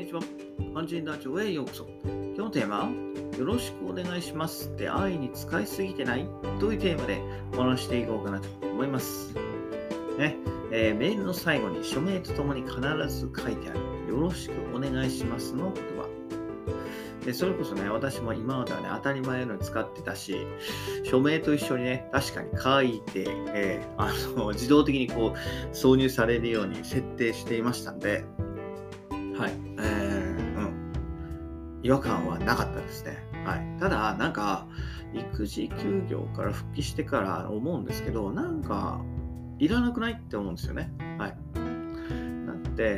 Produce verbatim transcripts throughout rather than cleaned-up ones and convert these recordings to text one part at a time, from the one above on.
にちは。肝心ラジオへようこそ。今日のテーマは、よろしくお願いしますって安易に使いすぎてないというテーマでお話していこうかなと思います。ねえーメールの最後に署名とともに必ず書いてある、よろしくお願いしますの言葉。でそれこそね、私も今まではね、当たり前のように使ってたし、署名と一緒にね、確かに書いて、えーあの自動的にこう挿入されるように設定していましたんで、はい、えー、うん、違和感はなかったですね。はい。ただ、なんか、育児休業から復帰してから思うんですけど、なんか、いらなくないって思うんですよね。はい。だって、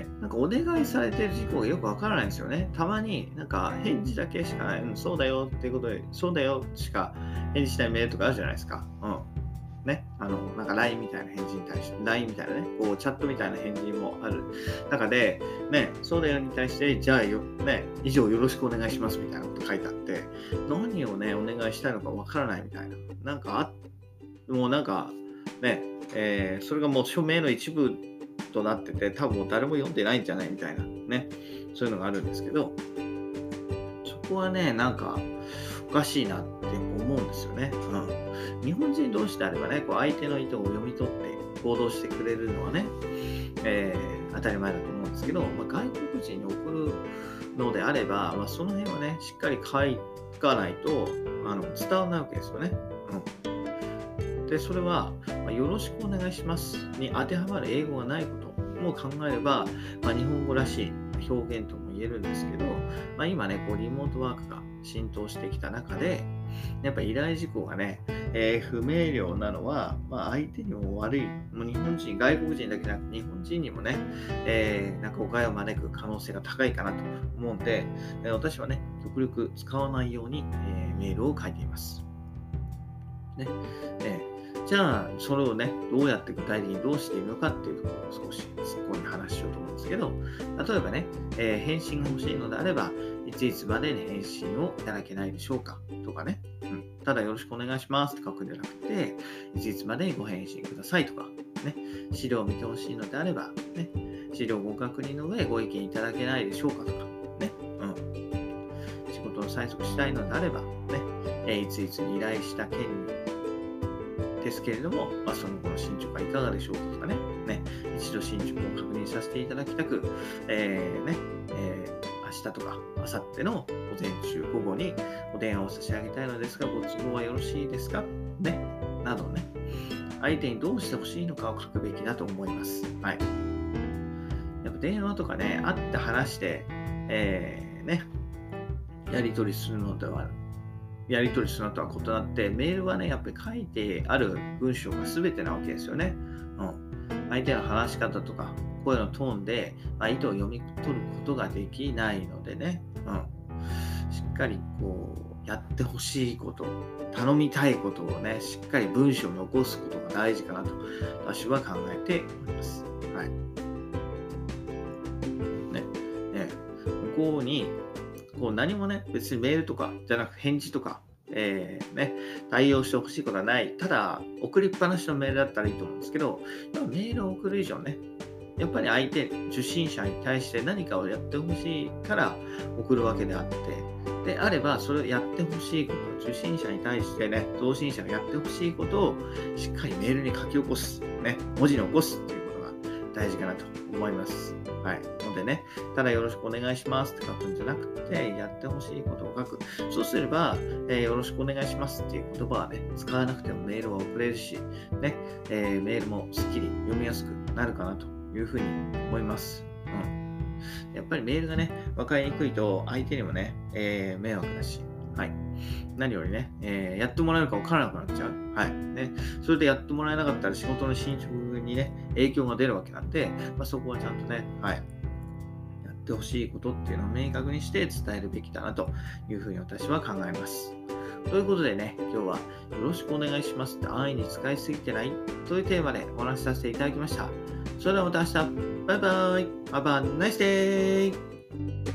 なんかお願いされてる事項がよくわからないんですよね。たまになんか返事だけしかない、うん、そうだよっていうことで、そうだよしか返事しないメールとかあるじゃないですか。うん。ね。あの、なんか ライン みたいな返事に対して、ライン みたいなね、こうチャットみたいな返事もある中で、ね、そうだよに対して、じゃあよ、ね、以上よろしくお願いしますみたいなこと書いてあって、何をね、お願いしたいのかわからないみたいな。なんかあ、もうなんか、ね、えーそれがもう署名の一部となってて、多分もう誰も読んでないんじゃないみたいなね、そういうのがあるんですけど、そこはね、なんかおかしいなって思うんですよね。うん、日本人同士であればね、こう相手の意図を読み取って行動してくれるのはね、えー当たり前だと思うんですけど、まあ、外国人に送るのであれば、まあ、その辺はね、しっかり書かないとあの伝わらないわけですよね。うん、で、それは、まあ、よろしくお願いしますに当てはまる英語がないことも考えれば、まあ、日本語らしい表現とも言えるんですけど、まあ、今ね、こうリモートワークが浸透してきた中で、やっぱ依頼事項がね、えー不明瞭なのは、まあ、相手にも悪い、もう日本人、外国人だけじゃなく日本人にもね、えーなんか誤解を招く可能性が高いかなと思うんで、えー私はね、極力使わないように、えーメールを書いています。ねえーじゃあ、それをね、どうやって具体的にどうしているのかっていうところを少しそこに話しようと思うんですけど、例えばね、えー返信が欲しいのであれば、いついつまでに返信をいただけないでしょうかとかね、うん、ただよろしくお願いしますって書くんじゃなくて、いついつまでにご返信くださいとか、ね、資料を見てほしいのであれば、ね、資料をご確認の上ご意見いただけないでしょうかとか、ね、うん、仕事を催促したいのであれば、ね、えーいついつに依頼した件ですけれども、まあ、その後の進捗はいかがでしょうかとかね、ね、一度進捗を確認させていただきたく、えーね、えー明日とか明後日の午前中、午後にお電話を差し上げたいのですが、ご都合はよろしいですかね、などね、相手にどうしてほしいのかを書くべきだと思います。はい。やっぱ電話とかね、会って話して、えーね、やり取りするのではやり取りするのとは異なって、メールはね、やっぱり書いてある文章が全てなわけですよね。うん、相手の話し方とか、声のトーンで、まあ、意図を読み取ることができないのでね、うん、しっかりこう、やってほしいこと、頼みたいことをね、しっかり文章に起こすことが大事かなと、私は考えております。はい。ね、ね、向こうに、こう何もね、別にメールとかじゃなく返事とか、えーね、対応してほしいことはない。ただ、送りっぱなしのメールだったらいいと思うんですけど、やっぱメールを送る以上ね、やっぱり相手、受信者に対して何かをやってほしいから送るわけであって、であれば、それをやってほしいこと、受信者に対してね、送信者がやってほしいことをしっかりメールに書き起こす、ね、文字に起こすっていうことが大事かなと思います。はい。のでね、ただよろしくお願いしますって書くんじゃなくて、やってほしいことを書く。そうすれば、えーよろしくお願いしますっていう言葉はね、使わなくてもメールは送れるし、ね、えーメールもすっきり読みやすくなるかなというふうに思います。うん。やっぱりメールがね、分かりにくいと相手にもね、えー迷惑だし、はい。何よりね、えーやってもらえるか分からなくなっちゃう。はい。ね。それでやってもらえなかったら仕事の進捗にね、影響が出るわけなんで、まあ、そこはちゃんとね、はい。やってほしいことっていうのを明確にして伝えるべきだなというふうに私は考えます。ということでね、今日はよろしくお願いしますって安易に使いすぎてないというテーマでお話しさせていただきました。それではまた明日。バイバイ。Have a nice day.